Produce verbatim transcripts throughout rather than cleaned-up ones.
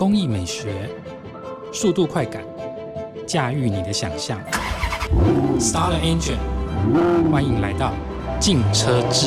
工艺美学、速度快感，驾驭你的想象。Start the engine， 欢迎来到静车志。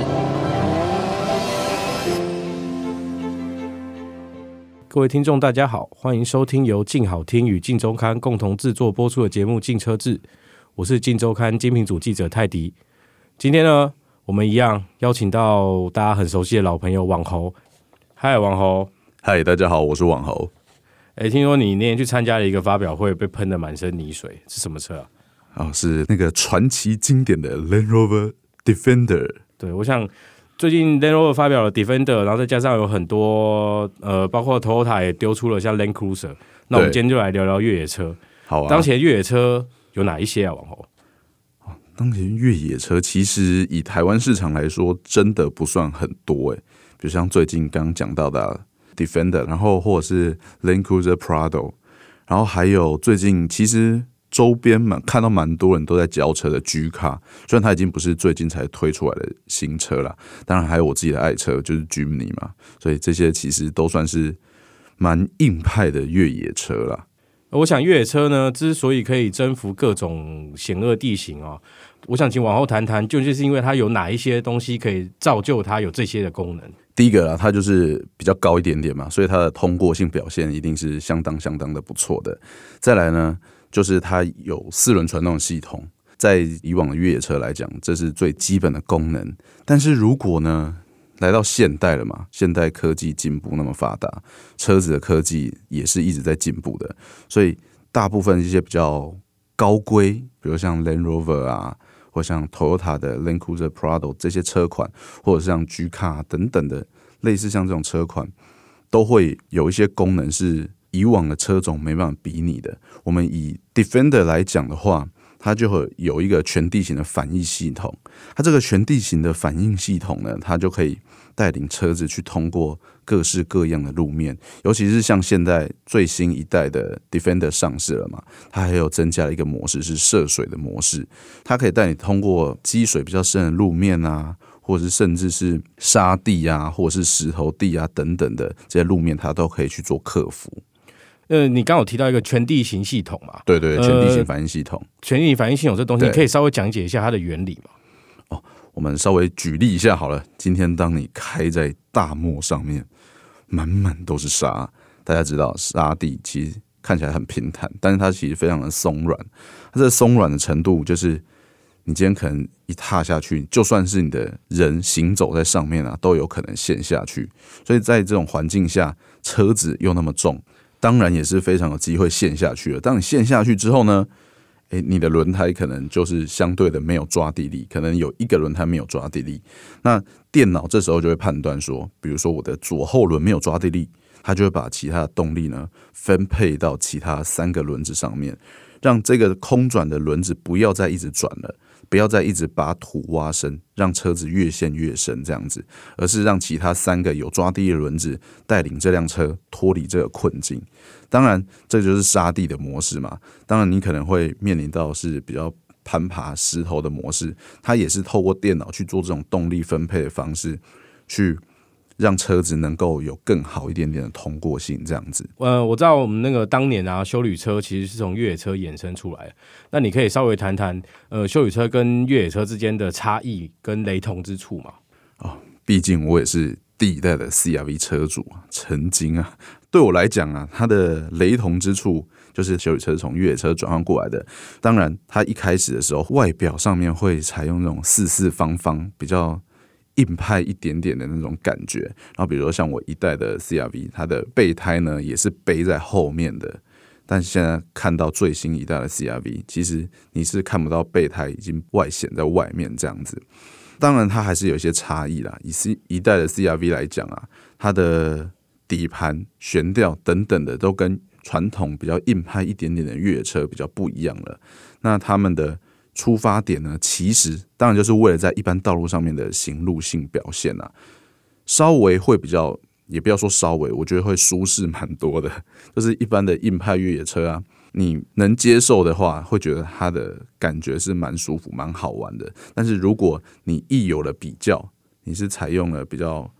各位听众大家好，欢迎收听由静好听与静周刊共同制作播出的节目《静车志》，我是静周刊精品组记者泰迪。今天呢，我们一样邀请到大家很熟悉的老朋友网猴。嗨，网猴。 嗨，大家好，我是网猴。 哎，听说你那天去参加了一个发表会，被喷得满身泥水，是什么车啊？ 哦，是那个传奇经典的 Land Rover Defender。 对，我想最近 Land Rover 发表了 Defender， 然后再加上有很多呃，包括 Toyota 也丢出了像 Land Cruiser。那我们今天就来聊聊越野车。 好啊。 当前越野车有哪一些啊？网猴？ 当前越野车其实以台湾市场来说，真的不算很多哎。比如像最近刚刚讲到的、啊、Defender， 然后或者是 Land Cruiser Prado， 然后还有最近其实周边蛮看到蛮多人都在交车的 G Car， 虽然它已经不是最近才推出来的新车啦，当然还有我自己的爱车就是 Jimny 嘛，所以这些其实都算是蛮硬派的越野车啦。 我想越野车呢，之所以可以征服各种险恶地形哦，我想请往后谈谈，究竟是因为它有哪一些东西可以造就它有这些的功能。 第一个啦，它就是比较高一点点嘛，所以它的通过性表现一定是相当相当的不错的。再来呢，就是它有四轮传动系统，在以往的越野车来讲，这是最基本的功能。但是如果呢，来到现代了嘛，现代科技进步那么发达，车子的科技也是一直在进步的，所以大部分一些比较高规，比如像 Land Rover 啊，或像 Toyota 的 Land Cruiser Prado 这些车款，或者是像 G Car 等等的类似像这种车款，都会有一些功能是以往的车种没办法比拟的。我们以 Defender 来讲的话，它就会有一个全地形的反应系统，它这个全地形的反应系统呢，它就可以带领车子去通过各式各样的路面，尤其是像现在最新一代的 Defender 上市了嘛，它还有增加了一个模式是涉水的模式，它可以带你通过积水比较深的路面啊，或者是甚至是沙地啊，或者是石头地啊等等的这些路面，它都可以去做克服。 呃，你刚刚有提到一个全地形系统嘛？ 对对，全地形反应系统。呃、 全地形反应系统这东西，你可以稍微讲解一下它的原理吗？ 哦，我们稍微举例一下好了。今天当你开在大漠上面，满满都是沙，大家知道沙地其实看起来很平坦，但是它其实非常的松软。它这松软的程度，就是你今天可能一踏下去，就算是你的人行走在上面啊，都有可能陷下去。所以在这种环境下，车子又那么重，当然也是非常有机会陷下去了。当你陷下去之后呢，欸、你的轮胎可能就是相对的没有抓地力，可能有一个轮胎没有抓地力。那电脑这时候就会判断说，比如说我的左后轮没有抓地力，它就会把其他的动力呢分配到其他三个轮子上面，让这个空转的轮子不要再一直转了，不要再一直把土挖深，让车子越陷越深这样子，而是让其他三个有抓地力的轮子带领这辆车脱离这个困境。当然，这就是沙地的模式嘛。当然，你可能会面临到是比较攀爬石头的模式，它也是透过电脑去做这种动力分配的方式，去让车子能够有更好一点点的通过性，这样子。 呃，我知道我们那个当年啊，休旅车其实是从越野车衍生出来的。那你可以稍微谈谈，呃，休旅车跟越野车之间的差异跟雷同之处吗？ 哦，毕竟我也是第一代的 C R V 车主啊，曾经啊，对我来讲啊，它的雷同之处就是休旅车是从越野车转换过来的。当然，它一开始的时候，外表上面会采用那种四四方方比较硬派一点点的那种感觉，然后比如说像我一代的 C R V， 它的备胎呢也是背在后面的，但现在看到最新一代的 C R V， 其实你是看不到备胎已经外显在外面这样子。当然它还是有一些差异啦，以一代的 C R V 来讲啊，它的底盘、悬吊等等的都跟传统比较硬派一点点的越野车比较不一样了。那他们的出发点呢，其实当然就是为了在一般道路上面的行路性表现啊，稍微会比较，也不要说稍微，我觉得会舒适蛮多的。就是一般的硬派越野车啊，你能接受的话，会觉得它的感觉是蛮舒服、蛮好玩的。但是如果你一有了比较，你是采用了比较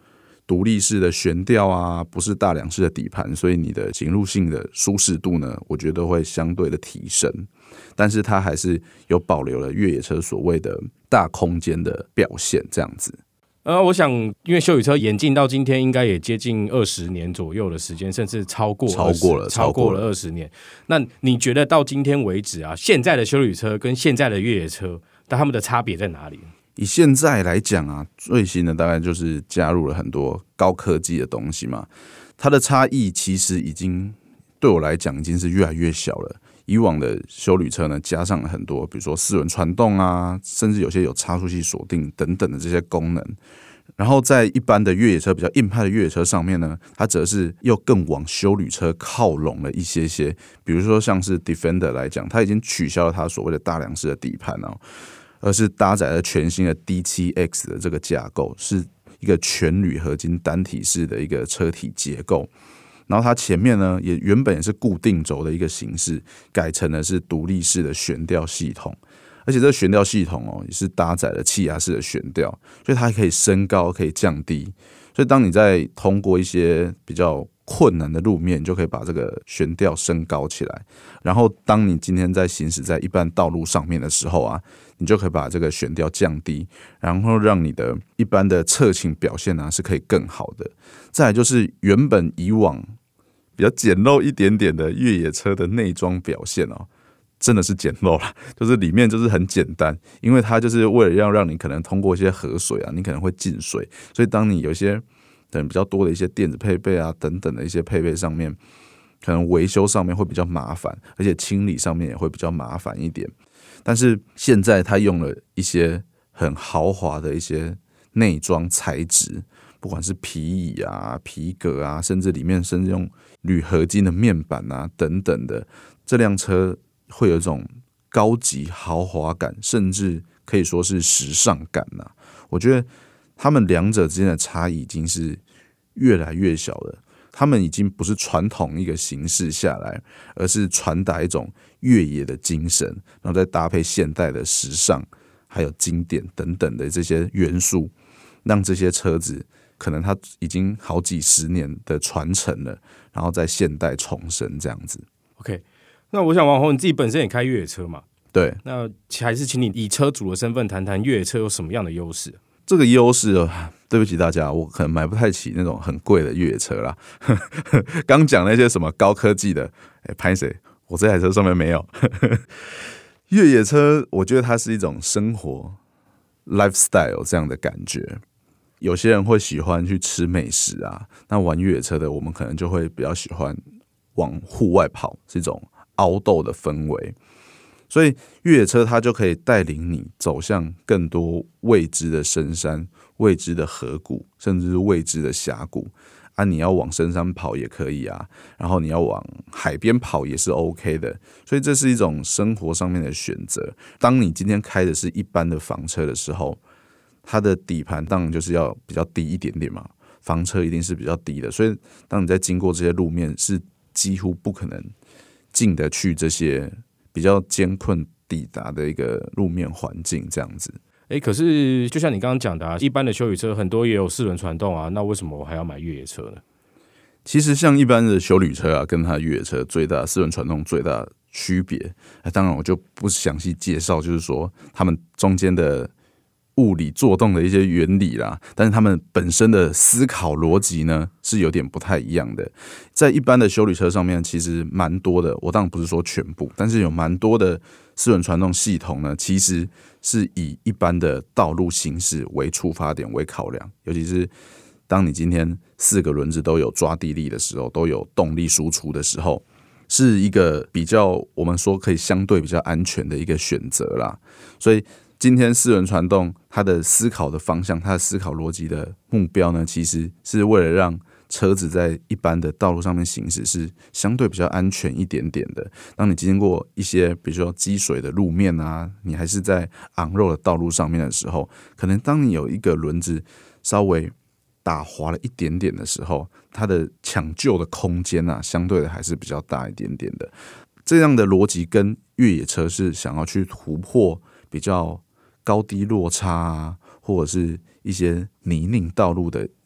独立式的悬吊啊，不是大两式的底盘，所以你的行入性的舒适度呢，我觉得会相对的提升。但是它还是有保留了越野车所谓的大空间的表现，这样子。 呃，我想，因为休旅车演进到今天，应该也接近二十年左右的时间，甚至超过超过了， 超过了二十年。那你觉得到今天为止啊，现在的休旅车跟现在的越野车，但他们的差别在哪里？ 以现在来讲啊，最新的大概就是加入了很多高科技的东西嘛，它的差异其实已经对我来讲已经是越来越小了。以往的休旅车呢，加上了很多，比如说四轮传动啊，甚至有些有差速器锁定等等的这些功能。然后在一般的越野车比较硬派的越野车上面呢，它则是又更往休旅车靠拢了一些些。比如说像是 Defender 来讲，它已经取消了它所谓的大两式的底盘哦，而是搭载了全新的 D 七 X 的这个架构，是一个全铝合金单体式的一个车体结构。然后它前面呢，也原本也是固定轴的一个形式，改成的是独立式的悬吊系统，而且这个悬吊系统哦，也是搭载了气压式的悬吊，所以它可以升高，可以降低。所以当你在通过一些比较困难的路面，你就可以把这个悬吊升高起来。然后当你今天在行驶在一般道路上面的时候啊，你就可以把这个悬吊降低，然后让你的一般的侧倾表现啊是可以更好的。再来就是原本以往比较简陋一点点的越野车的内装表现哦，真的是简陋啦，就是里面就是很简单，因为它就是为了要让你可能通过一些河水啊，你可能会进水，所以当你有一些可能比较多的一些电子配备啊等等的一些配备上面，可能维修上面会比较麻烦，而且清理上面也会比较麻烦一点。但是现在它用了一些很豪华的一些内装材质，不管是皮椅啊、皮革啊，甚至里面甚至用铝合金的面板啊等等的，这辆车会有一种高级豪华感，甚至可以说是时尚感啊。我觉得他们两者之间的差异已经是越来越小了，他们已经不是传统一个形式下来，而是传达一种越野的精神，然后再搭配现代的时尚还有经典等等的这些元素，让这些车子可能它已经好几十年的传承了，然后在现代重生这样子。 OK， 那我想王宏，你自己本身也开越野车嘛？ 对， 那还是请你以车主的身份谈谈越野车有什么样的优势？ 这个优势哦，对不起大家，我可能买不太起那种很贵的越野车啦。刚讲那些什么高科技的，哎，拍谁？我这台车上面没有。越野车，我觉得它是一种生活 lifestyle 这样的感觉。有些人会喜欢去吃美食啊，那玩越野车的，我们可能就会比较喜欢往户外跑，是一种outdoor的氛围。所以越野车它就可以带领你走向更多未知的深山、未知的河谷，甚至是未知的峡谷啊！你要往深山跑也可以啊，然后你要往海边跑也是 OK 的。所以这是一种生活上面的选择。当你今天开的是一般的房车的时候，它的底盘当然就是要比较低一点点嘛，房车一定是比较低的，所以当你在经过这些路面，是几乎不可能进得去这些比较艰困抵达的一个路面环境这样子。 哎，可是就像你刚刚讲的啊，一般的休旅车很多也有四轮传动啊，那为什么我还要买越野车呢？ 其实像一般的休旅车啊，跟它越野车最大四轮传动最大的区别，当然我就不详细介绍，就是说他们中间的物理作动的一些原理啦，但是他们本身的思考逻辑呢是有点不太一样的。在一般的休旅车上面，其实蛮多的，我当然不是说全部，但是有蛮多的四轮传动系统呢，其实是以一般的道路行驶为出发点为考量，尤其是当你今天四个轮子都有抓地力的时候，都有动力输出的时候，是一个比较我们说可以相对比较安全的一个选择啦。所以今天四轮传动它的思考的方向，它的思考逻辑的目标呢，其实是为了让车子在一般的道路上面行驶是相对比较安全一点点的。当你经过一些比如说积水的路面啊，你还是在昂肉的道路上面的时候，可能当你有一个轮子稍微打滑了一点点的时候，它的抢救的空间啊，相对的还是比较大一点点的。这样的逻辑跟越野车是想要去突破比较高低落差啊，或者是一些泥泞道路的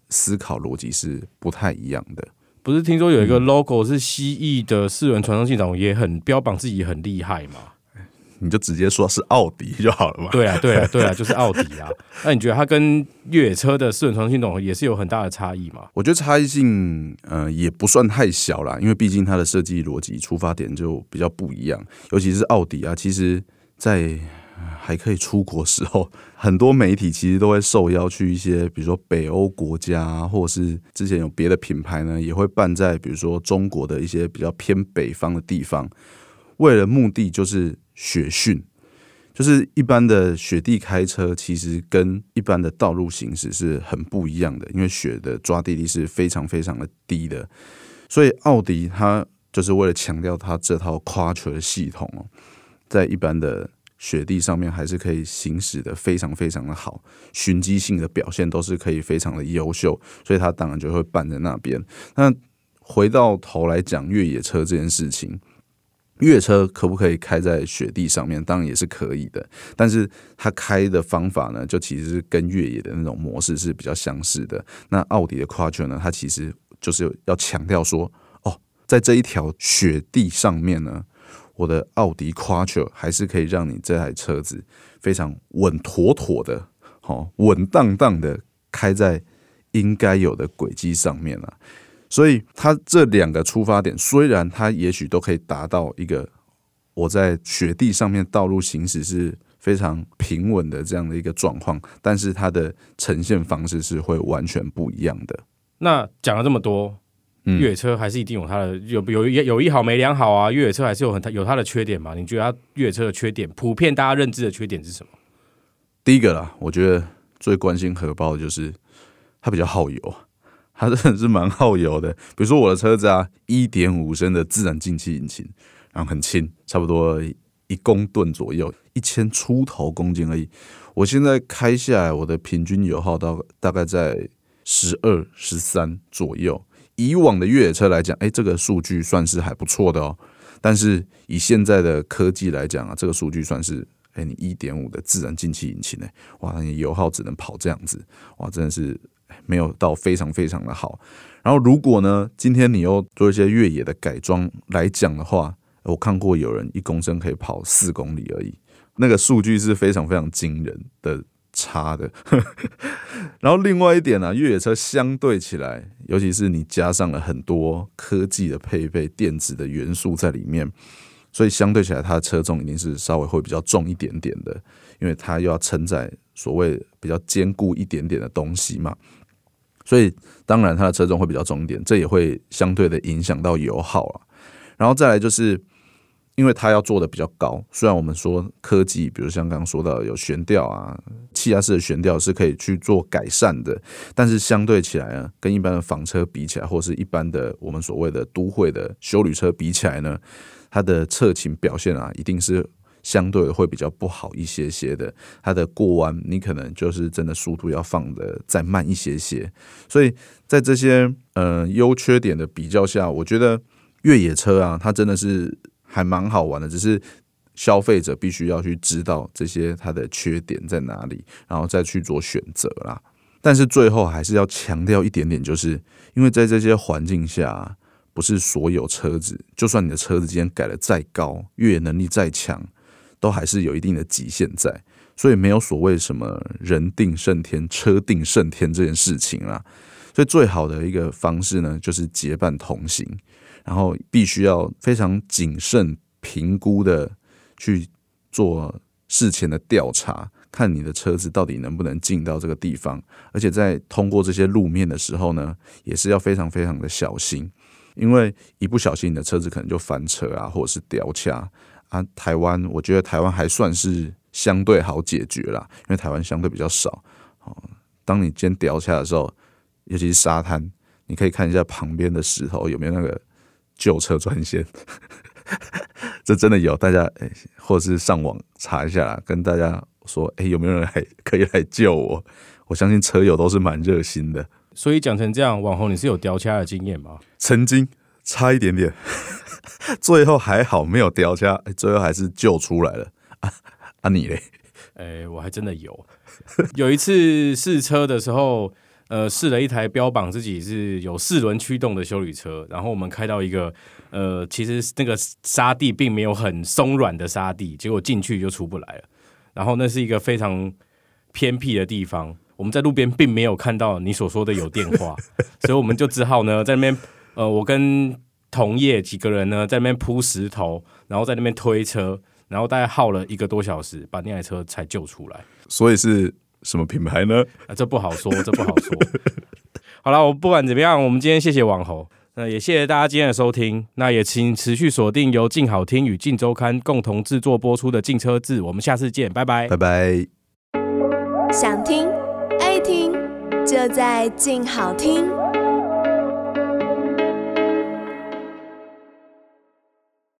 思考逻辑是不太一样的。 不是听说有一个 logo 是蜥蜴的四轮传动系统，也很标榜自己很厉害吗？ 你就直接说是奥迪就好了嘛。 对啊，对啊，对啊，就是奥迪啊。那你觉得它跟越野车的四轮传动系统也是有很大的差异吗？ 我觉得差异性呃也不算太小啦，因为毕竟它的设计逻辑出发点就比较不一样。尤其是奥迪啊，其实在还可以出国时候，很多媒体其实都会受邀去一些，比如说北欧国家、啊，或者是之前有别的品牌呢，也会办在比如说中国的一些比较偏北方的地方，为了目的就是雪训，就是一般的雪地开车，其实跟一般的道路行驶是很不一样的，因为雪的抓地力是非常非常的低的，所以奥迪它就是为了强调它这套 Quattro 的系统哦，在一般的雪地上面还是可以行驶的非常非常的好，循迹性的表现都是可以非常的优秀，所以他当然就会办在那边。那回到头来讲越野车这件事情，越野车可不可以开在雪地上面？当然也是可以的，但是它开的方法呢，就其实是跟越野的那种模式是比较相似的。那奥迪的 Quattro 呢，它其实就是要强调说，哦，在这一条雪地上面呢，我的奥迪 Quattro 还是可以让你这台车子非常稳妥妥的、哦、稳当当的开在应该有的轨迹上面啊。所以它这两个出发点，虽然它也许都可以达到一个我在雪地上面道路行驶是非常平稳的这样的一个状况，但是它的呈现方式是会完全不一样的。 那讲了这么多，越野车还是一定有它的有有有一好没两好啊，越野车还是有很有它的缺点嘛？你觉得它越野车的缺点，普遍大家认知的缺点是什么？ 第一个啦，我觉得最关心荷包的就是它比较耗油，它真的是蛮耗油的。比如说我的车子啊，一点五升的自然进气引擎，然后很轻，差不多一公吨左右，一千出头公斤而已。我现在开下来，我的平均油耗到大概在十二、十三左右。以往的越野车来讲，哎，这个数据算是还不错的哦。但是以现在的科技来讲啊，这个数据算是，哎，你 一点五 的自然进气引擎，哎，哇，你油耗只能跑这样子，哇，真的是没有到非常非常的好。然后如果呢，今天你又做一些越野的改装来讲的话，我看过有人一公升可以跑四公里而已，那个数据是非常非常惊人的。差的然后另外一点啊，越野车相对起来，尤其是你加上了很多科技的配备、电子的元素在里面，所以相对起来它的车重一定是稍微会比较重一点点的，因为它又要承载所谓比较坚固一点点的东西嘛，所以当然它的车重会比较重一点，这也会相对的影响到油耗啊。然后再来就是因为它要做的比较高，虽然我们说科技，比如像刚刚说到有悬吊啊，气压式的悬吊是可以去做改善的，但是相对起来呢，跟一般的房车比起来，或是一般的我们所谓的都会的休旅车比起来呢，它的侧倾表现啊，一定是相对的会比较不好一些些的。它的过弯，你可能就是真的速度要放的再慢一些些。所以在这些呃优缺点的比较下，我觉得越野车啊，它真的是还蛮好玩的，只是消费者必须要去知道这些它的缺点在哪里，然后再去做选择啦。但是最后还是要强调一点点，就是因为在这些环境下，不是所有车子，就算你的车子今天改得再高，越野能力再强，都还是有一定的极限在，所以没有所谓什么人定胜天、车定胜天这件事情啦。所以最好的一个方式呢，就是结伴同行。然后必须要非常谨慎评估的去做事前的调查，看你的车子到底能不能进到这个地方，而且在通过这些路面的时候呢，也是要非常非常的小心，因为一不小心你的车子可能就翻车啊，或者是掉卡啊。台湾我觉得台湾还算是相对好解决啦，因为台湾相对比较少。当你今天掉卡的时候，尤其是沙滩，你可以看一下旁边的石头有没有那个救车专线这真的有，大家、欸、或者是上网查一下啦，跟大家说、欸、有没有人来可以来救我。我相信车友都是蛮热心的。 所以讲成这样，网红你是有掉卡的经验吗？ 曾经差一点点最后还好没有掉卡、欸、最后还是救出来了。 啊, 啊你嘞？ 欸、我还真的有有一次试车的时候， 呃试了一台标榜自己是有四轮驱动的休旅车，然后我们开到一个呃其实那个沙地并没有很松软的沙地，结果进去就出不来了。然后那是一个非常偏僻的地方，我们在路边并没有看到你所说的有电话，所以我们就只好呢在那边呃我跟同业几个人呢在那边铺石头，然后在那边推车，然后大概耗了一个多小时，把那台车才救出来。 所以是什么品牌呢？ 啊，这不好说，这不好说。好了，我不管怎么样，我们今天谢谢网猴，那也谢谢大家今天的收听。那也请持续锁定由静好听与静周刊共同制作播出的静车志，我们下次见，拜拜， 拜拜。 想听爱听，就在静好听。